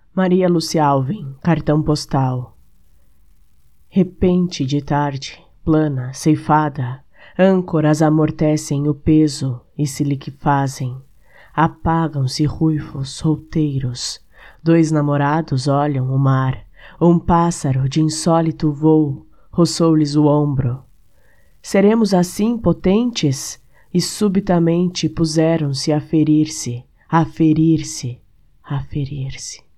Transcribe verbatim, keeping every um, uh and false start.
Maria Lúcia Alvim, cartão postal. Repente de tarde, plana, ceifada, âncoras amortecem o peso e se liquefazem. Apagam-se ruivos solteiros. Dois namorados olham o mar. Um pássaro de insólito voo roçou-lhes o ombro. Seremos assim potentes? E subitamente puseram-se a ferir-se, a ferir-se, a ferir-se.